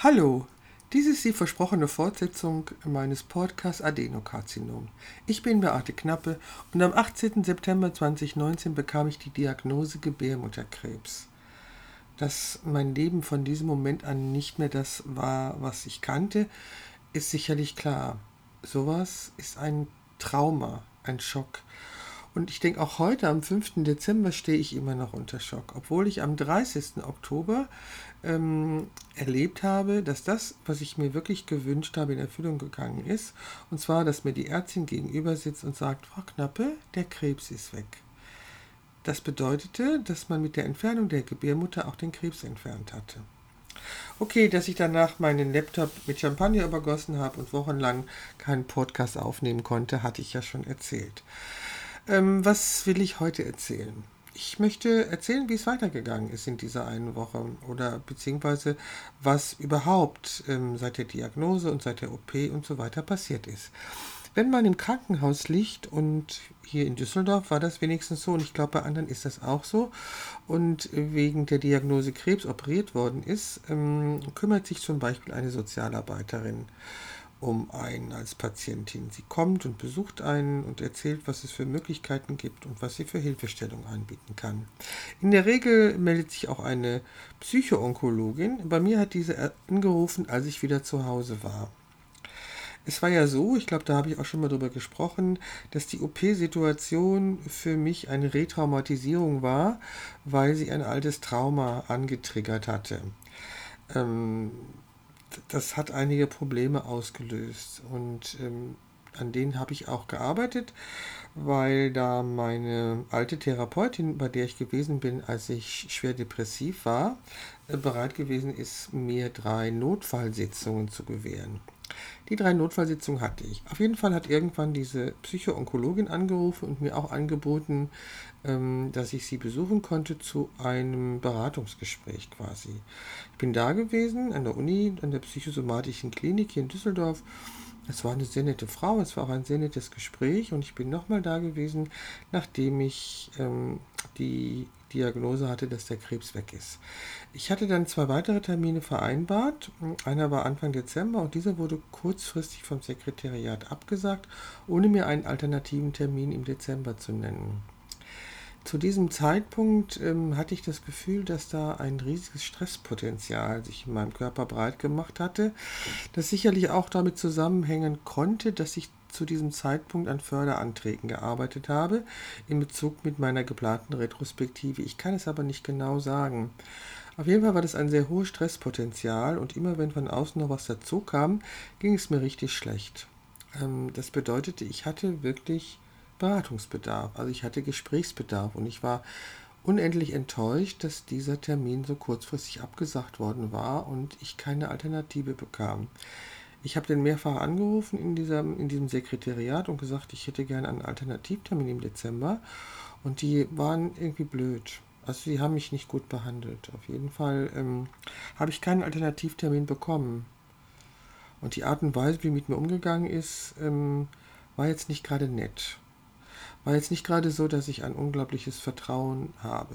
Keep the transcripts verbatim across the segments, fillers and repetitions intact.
Hallo, dies ist die versprochene Fortsetzung meines Podcasts Adenokarzinom. Ich bin Beate Knappe und am achtzehnten September zweitausendneunzehn bekam ich die Diagnose Gebärmutterkrebs. Dass mein Leben von diesem Moment an nicht mehr das war, was ich kannte, ist sicherlich klar. Sowas ist ein Trauma, ein Schock. Und ich denke, auch heute, am fünften Dezember, stehe ich immer noch unter Schock. Obwohl ich am dreißigsten Oktober ähm, erlebt habe, dass das, was ich mir wirklich gewünscht habe, in Erfüllung gegangen ist. Und zwar, dass mir die Ärztin gegenüber sitzt und sagt, Frau Knappe, der Krebs ist weg. Das bedeutete, dass man mit der Entfernung der Gebärmutter auch den Krebs entfernt hatte. Okay, dass ich danach meinen Laptop mit Champagner übergossen habe und wochenlang keinen Podcast aufnehmen konnte, hatte ich ja schon erzählt. Ähm, was will ich heute erzählen? Ich möchte erzählen, wie es weitergegangen ist in dieser einen Woche oder beziehungsweise was überhaupt ähm, seit der Diagnose und seit der O P und so weiter passiert ist. Wenn man im Krankenhaus liegt, und hier in Düsseldorf war das wenigstens so und ich glaube bei anderen ist das auch so, und wegen der Diagnose Krebs operiert worden ist, ähm, kümmert sich zum Beispiel eine Sozialarbeiterin um einen als Patientin. Sie kommt und besucht einen und erzählt, was es für Möglichkeiten gibt und was sie für Hilfestellung anbieten kann. In der Regel meldet sich auch eine Psychoonkologin. Bei mir hat diese angerufen, als ich wieder zu Hause war. Es war ja so, ich glaube, da habe ich auch schon mal drüber gesprochen, dass die O P-Situation für mich eine Retraumatisierung war, weil sie ein altes Trauma angetriggert hatte. Ähm, Das hat einige Probleme ausgelöst und ähm, an denen habe ich auch gearbeitet, weil da meine alte Therapeutin, bei der ich gewesen bin, als ich schwer depressiv war, äh, bereit gewesen ist, mir drei Notfallsitzungen zu gewähren. Die drei Notfallsitzungen hatte ich. Auf jeden Fall hat irgendwann diese Psychoonkologin angerufen und mir auch angeboten, ähm, dass ich sie besuchen konnte zu einem Beratungsgespräch quasi. Ich bin da gewesen, an der Uni, an der psychosomatischen Klinik hier in Düsseldorf. Es war eine sehr nette Frau, es war auch ein sehr nettes Gespräch und ich bin nochmal da gewesen, nachdem ich ähm, die Diagnose hatte, dass der Krebs weg ist. Ich hatte dann zwei weitere Termine vereinbart. Einer war Anfang Dezember und dieser wurde kurzfristig vom Sekretariat abgesagt, ohne mir einen alternativen Termin im Dezember zu nennen. Zu diesem Zeitpunkt ähm, hatte ich das Gefühl, dass da ein riesiges Stresspotenzial sich in meinem Körper breit gemacht hatte, das sicherlich auch damit zusammenhängen konnte, dass ich zu diesem Zeitpunkt an Förderanträgen gearbeitet habe, in Bezug mit meiner geplanten Retrospektive. Ich kann es aber nicht genau sagen. Auf jeden Fall war das ein sehr hohes Stresspotenzial und immer wenn von außen noch was dazu kam, ging es mir richtig schlecht. Ähm, das bedeutete, ich hatte wirklich Beratungsbedarf, also ich hatte Gesprächsbedarf und ich war unendlich enttäuscht, dass dieser Termin so kurzfristig abgesagt worden war und ich keine Alternative bekam. Ich habe den mehrfach angerufen in, dieser, in diesem Sekretariat und gesagt, ich hätte gerne einen Alternativtermin im Dezember und die waren irgendwie blöd. Also sie haben mich nicht gut behandelt. Auf jeden Fall ähm, habe ich keinen Alternativtermin bekommen. Und die Art und Weise, wie mit mir umgegangen ist, ähm, war jetzt nicht gerade nett. War jetzt nicht gerade so, dass ich ein unglaubliches Vertrauen habe.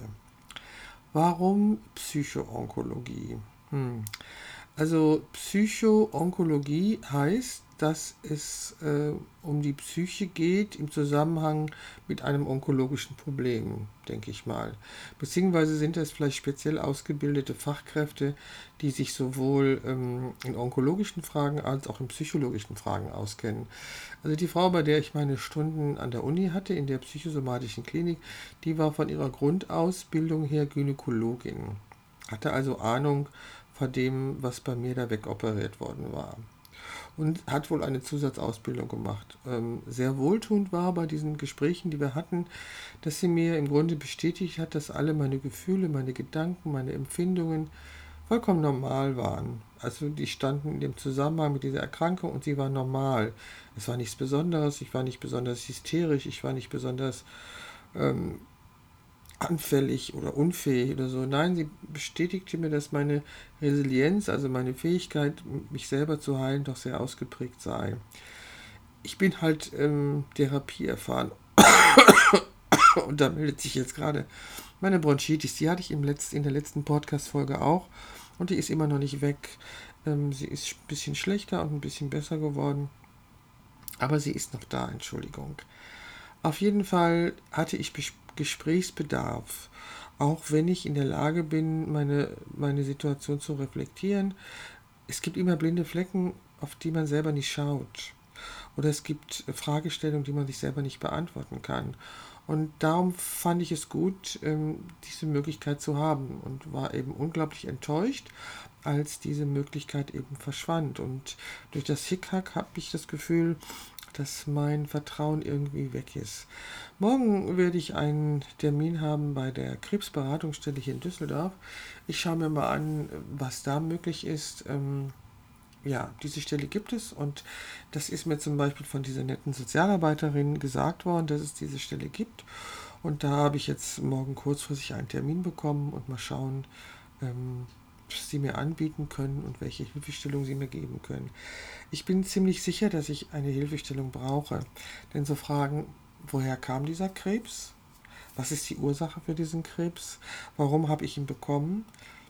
Warum Psychoonkologie? Hm. Also Psychoonkologie heißt, dass es äh, um die Psyche geht im Zusammenhang mit einem onkologischen Problem, denke ich mal. Beziehungsweise sind das vielleicht speziell ausgebildete Fachkräfte, die sich sowohl ähm, in onkologischen Fragen als auch in psychologischen Fragen auskennen. Also die Frau, bei der ich meine Stunden an der Uni hatte, in der psychosomatischen Klinik, die war von ihrer Grundausbildung her Gynäkologin. Hatte also Ahnung von dem, was bei mir da wegoperiert worden war. Und hat wohl eine Zusatzausbildung gemacht. Ähm, sehr wohltuend war bei diesen Gesprächen, die wir hatten, dass sie mir im Grunde bestätigt hat, dass alle meine Gefühle, meine Gedanken, meine Empfindungen vollkommen normal waren. Also die standen in dem Zusammenhang mit dieser Erkrankung und sie war normal. Es war nichts Besonderes, ich war nicht besonders hysterisch, ich war nicht besonders ähm, anfällig oder unfähig oder so. Nein, sie bestätigte mir, dass meine Resilienz, also meine Fähigkeit, mich selber zu heilen, doch sehr ausgeprägt sei. Ich bin halt ähm, Therapie erfahren und da meldet sich jetzt gerade meine Bronchitis. Die hatte ich im Letz-, in der letzten Podcast-Folge auch und die ist immer noch nicht weg. Ähm, sie ist ein bisschen schlechter und ein bisschen besser geworden, aber sie ist noch da, Entschuldigung. Auf jeden Fall hatte ich Bes- Gesprächsbedarf, auch wenn ich in der Lage bin, meine, meine Situation zu reflektieren. Es gibt immer blinde Flecken, auf die man selber nicht schaut. Oder es gibt Fragestellungen, die man sich selber nicht beantworten kann. Und darum fand ich es gut, ähm, diese Möglichkeit zu haben und war eben unglaublich enttäuscht, als diese Möglichkeit eben verschwand. Und durch das Hickhack habe ich das Gefühl, dass mein Vertrauen irgendwie weg ist. Morgen werde ich einen Termin haben bei der Krebsberatungsstelle hier in Düsseldorf. Ich schaue mir mal an, was da möglich ist. Ähm, ja, diese Stelle gibt es und das ist mir zum Beispiel von dieser netten Sozialarbeiterin gesagt worden, dass es diese Stelle gibt. Und da habe ich jetzt morgen kurzfristig einen Termin bekommen und mal schauen, ähm, was sie mir anbieten können und welche Hilfestellung sie mir geben können. Ich bin ziemlich sicher, dass ich eine Hilfestellung brauche. Denn so Fragen, woher kam dieser Krebs? Was ist die Ursache für diesen Krebs? Warum habe ich ihn bekommen?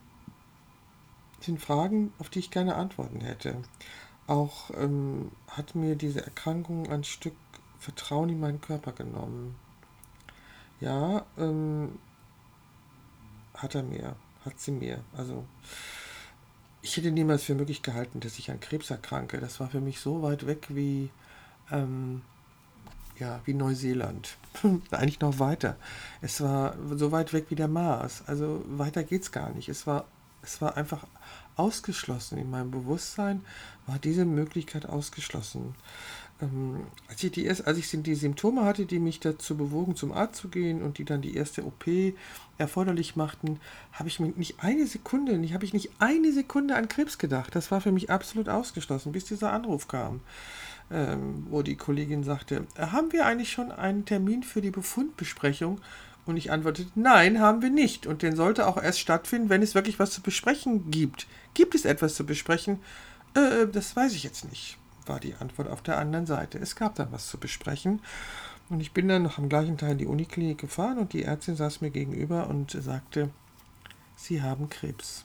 Sind Fragen, auf die ich gerne Antworten hätte. Auch ähm, hat mir diese Erkrankung ein Stück Vertrauen in meinen Körper genommen. Ja, ähm, hat er mir, hat sie mir. Also ich hätte niemals für möglich gehalten, dass ich an Krebs erkranke. Das war für mich so weit weg wie, ähm, ja, wie Neuseeland. Eigentlich noch weiter. Es war so weit weg wie der Mars. Also weiter geht's gar nicht. Es war, es war einfach ausgeschlossen. In meinem Bewusstsein war diese Möglichkeit ausgeschlossen. Ähm, als, ich die erst, als ich die Symptome hatte, die mich dazu bewogen, zum Arzt zu gehen und die dann die erste O P erforderlich machten, habe ich mir nicht eine Sekunde, nicht, habe ich nicht eine Sekunde an Krebs gedacht. Das war für mich absolut ausgeschlossen, bis dieser Anruf kam, ähm, wo die Kollegin sagte, haben wir eigentlich schon einen Termin für die Befundbesprechung? Und ich antwortete, nein, haben wir nicht. Und den sollte auch erst stattfinden, wenn es wirklich was zu besprechen gibt. Gibt es etwas zu besprechen? Äh, das weiß ich jetzt nicht, war die Antwort auf der anderen Seite. Es gab dann was zu besprechen. Und ich bin dann noch am gleichen Tag in die Uniklinik gefahren und die Ärztin saß mir gegenüber und sagte, Sie haben Krebs.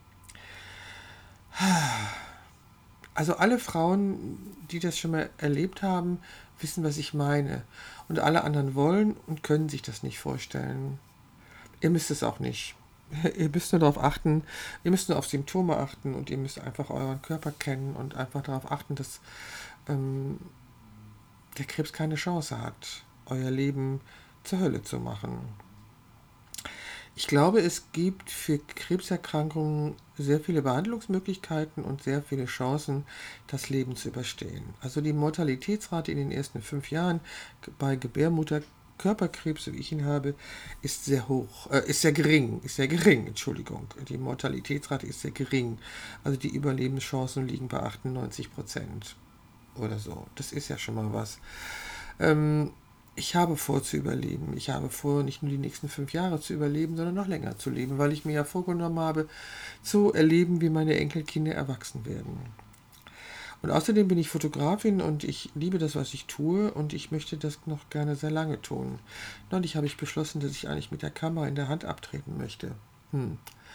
Also alle Frauen, die das schon mal erlebt haben, wissen, was ich meine. Und alle anderen wollen und können sich das nicht vorstellen. Ihr müsst es auch nicht. Ihr müsst nur darauf achten, ihr müsst nur auf Symptome achten und ihr müsst einfach euren Körper kennen und einfach darauf achten, dass ähm, der Krebs keine Chance hat, euer Leben zur Hölle zu machen. Ich glaube, es gibt für Krebserkrankungen sehr viele Behandlungsmöglichkeiten und sehr viele Chancen, das Leben zu überstehen. Also die Mortalitätsrate in den ersten fünf Jahren bei Gebärmutterkörperkrebs, so wie ich ihn habe, ist sehr hoch, äh, ist sehr gering, ist sehr gering, Entschuldigung. Die Mortalitätsrate ist sehr gering. Also die Überlebenschancen liegen bei achtundneunzig Prozent oder so. Das ist ja schon mal was. Ähm, ich habe vor zu überleben. Ich habe vor, nicht nur die nächsten fünf Jahre zu überleben, sondern noch länger zu leben, weil ich mir ja vorgenommen habe, zu erleben, wie meine Enkelkinder erwachsen werden. Und außerdem bin ich Fotografin und ich liebe das, was ich tue und ich möchte das noch gerne sehr lange tun. Neulich habe ich beschlossen, dass ich eigentlich mit der Kamera in der Hand abtreten möchte. Hm.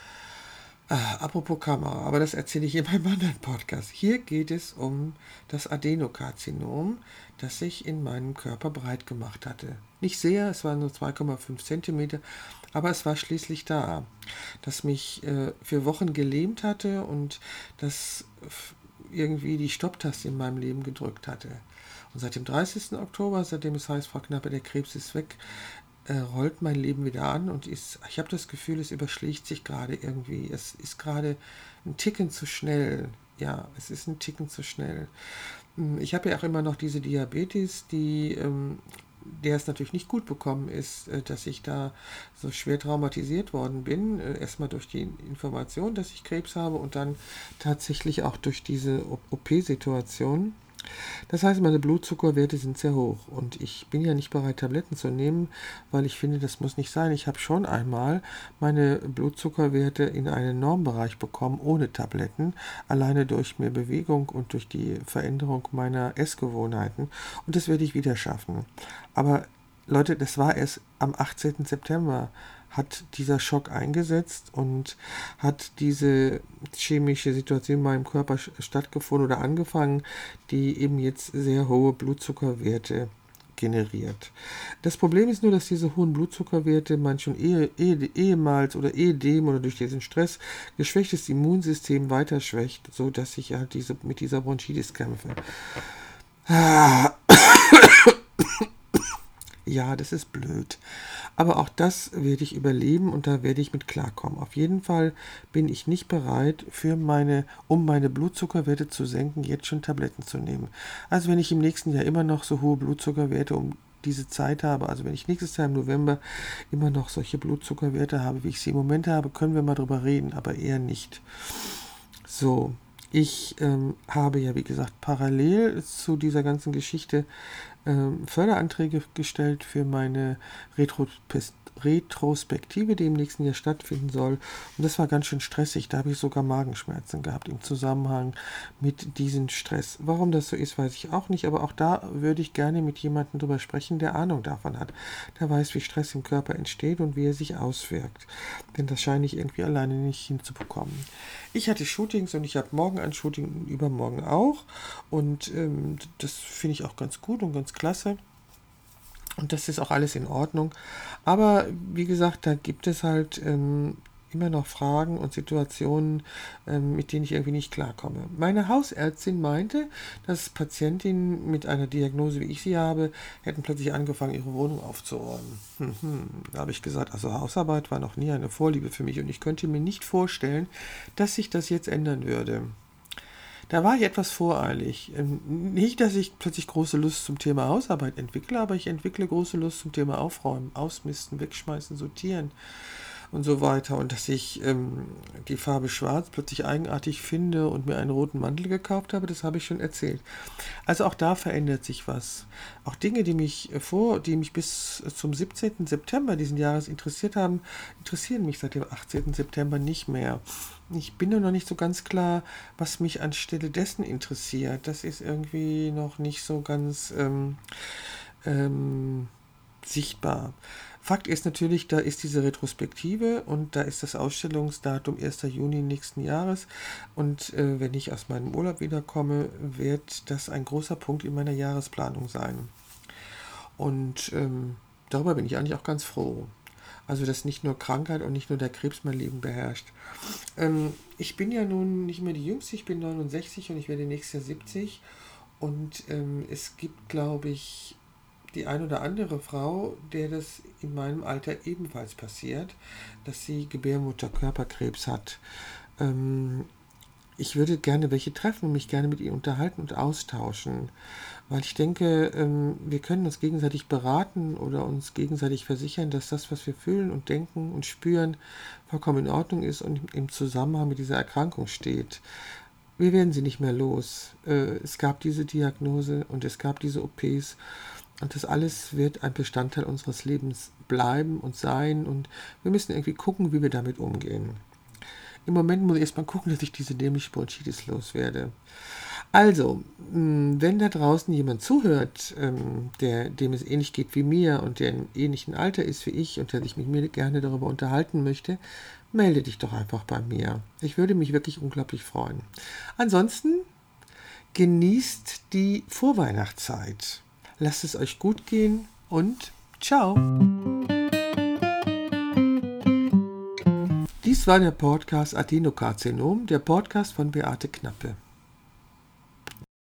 Ah, apropos Kamera, aber das erzähle ich in meinem anderen Podcast. Hier geht es um das Adenokarzinom, das sich in meinem Körper breit gemacht hatte. Nicht sehr, es waren nur zwei Komma fünf Zentimeter, aber es war schließlich da, das mich äh, für Wochen gelähmt hatte und das irgendwie die Stopptaste in meinem Leben gedrückt hatte. Und seit dem dreißigsten Oktober, seitdem es heißt, Frau Knappe, der Krebs ist weg, äh, rollt mein Leben wieder an und ist, ich habe das Gefühl, es überschlägt sich gerade irgendwie. Es ist gerade ein Ticken zu schnell. Ja, es ist ein Ticken zu schnell. Ich habe ja auch immer noch diese Diabetes, die, ähm, der es natürlich nicht gut bekommen ist, äh, dass ich da so schwer traumatisiert worden bin. Äh, erstmal durch die Information, dass ich Krebs habe und dann tatsächlich auch durch diese O P-Situation. Das heißt, meine Blutzuckerwerte sind sehr hoch und ich bin ja nicht bereit, Tabletten zu nehmen, weil ich finde, das muss nicht sein. Ich habe schon einmal meine Blutzuckerwerte in einen Normbereich bekommen, ohne Tabletten, alleine durch mehr Bewegung und durch die Veränderung meiner Essgewohnheiten. Und das werde ich wieder schaffen. Aber Leute, das war erst am achtzehnten September. hat dieser Schock eingesetzt und hat diese chemische Situation in meinem Körper stattgefunden oder angefangen, die eben jetzt sehr hohe Blutzuckerwerte generiert. Das Problem ist nur, dass diese hohen Blutzuckerwerte man schon eh, eh, ehemals oder ehedem oder durch diesen Stress geschwächtes Immunsystem weiter schwächt, so dass ich halt diese, mit dieser Bronchitis kämpfe. Ja, das ist blöd. Aber auch das werde ich überleben und da werde ich mit klarkommen. Auf jeden Fall bin ich nicht bereit, für meine, um meine Blutzuckerwerte zu senken, jetzt schon Tabletten zu nehmen. Also wenn ich im nächsten Jahr immer noch so hohe Blutzuckerwerte um diese Zeit habe, also wenn ich nächstes Jahr im November immer noch solche Blutzuckerwerte habe, wie ich sie im Moment habe, können wir mal drüber reden, aber eher nicht. So. Ich ähm, habe ja, wie gesagt, parallel zu dieser ganzen Geschichte ähm, Förderanträge gestellt für meine Retro- Retrospektive, die im nächsten Jahr stattfinden soll. Und das war ganz schön stressig. Da habe ich sogar Magenschmerzen gehabt im Zusammenhang mit diesem Stress. Warum das so ist, weiß ich auch nicht. Aber auch da würde ich gerne mit jemandem drüber sprechen, der Ahnung davon hat. Der weiß, wie Stress im Körper entsteht und wie er sich auswirkt. Denn das scheine ich irgendwie alleine nicht hinzubekommen. Ich hatte Shootings und ich habe morgen ein Shooting und übermorgen auch. Und ähm, das finde ich auch ganz gut und ganz klasse. Und das ist auch alles in Ordnung. Aber wie gesagt, da gibt es halt ähm, immer noch Fragen und Situationen, ähm, mit denen ich irgendwie nicht klarkomme. Meine Hausärztin meinte, dass Patientinnen mit einer Diagnose, wie ich sie habe, hätten plötzlich angefangen, ihre Wohnung aufzuräumen. Hm, hm. Da habe ich gesagt, also Hausarbeit war noch nie eine Vorliebe für mich und ich könnte mir nicht vorstellen, dass sich das jetzt ändern würde. Da war ich etwas voreilig. Nicht, dass ich plötzlich große Lust zum Thema Hausarbeit entwickle, aber ich entwickle große Lust zum Thema Aufräumen, Ausmisten, Wegschmeißen, Sortieren und so weiter. Und dass ich ähm, die Farbe Schwarz plötzlich eigenartig finde und mir einen roten Mantel gekauft habe, das habe ich schon erzählt. Also auch da verändert sich was. Auch Dinge, die mich vor, die mich bis zum siebzehnten September diesen Jahres interessiert haben, interessieren mich seit dem achtzehnten September nicht mehr. Ich bin nur noch nicht so ganz klar, was mich anstelle dessen interessiert. Das ist irgendwie noch nicht so ganz ähm, ähm, sichtbar. Fakt ist natürlich, da ist diese Retrospektive und da ist das Ausstellungsdatum erster Juni nächsten Jahres. Und äh, wenn ich aus meinem Urlaub wiederkomme, wird das ein großer Punkt in meiner Jahresplanung sein. Und ähm, darüber bin ich eigentlich auch ganz froh. Also, dass nicht nur Krankheit und nicht nur der Krebs mein Leben beherrscht. Ähm, ich bin ja nun nicht mehr die Jüngste, ich bin neunundsechzig und ich werde nächstes Jahr siebzig. Und ähm, es gibt, glaube ich, die ein oder andere Frau, der das in meinem Alter ebenfalls passiert, dass sie Gebärmutterkörperkrebs hat. Ähm, ich würde gerne welche treffen und mich gerne mit ihnen unterhalten und austauschen, weil ich denke, ähm, wir können uns gegenseitig beraten oder uns gegenseitig versichern, dass das, was wir fühlen und denken und spüren, vollkommen in Ordnung ist und im Zusammenhang mit dieser Erkrankung steht. Wir werden sie nicht mehr los. Äh, es gab diese Diagnose und es gab diese O Ps und das alles wird ein Bestandteil unseres Lebens bleiben und sein und wir müssen irgendwie gucken, wie wir damit umgehen. Im Moment muss ich erstmal gucken, dass ich diese dämliche Bronchitis loswerde. Also, wenn da draußen jemand zuhört, der, dem es ähnlich geht wie mir und der im ähnlichen Alter ist wie ich und der sich mit mir gerne darüber unterhalten möchte, melde dich doch einfach bei mir. Ich würde mich wirklich unglaublich freuen. Ansonsten genießt die Vorweihnachtszeit. Lasst es euch gut gehen und ciao. Dies war der Podcast Adenokarzinom, der Podcast von Beate Knappe.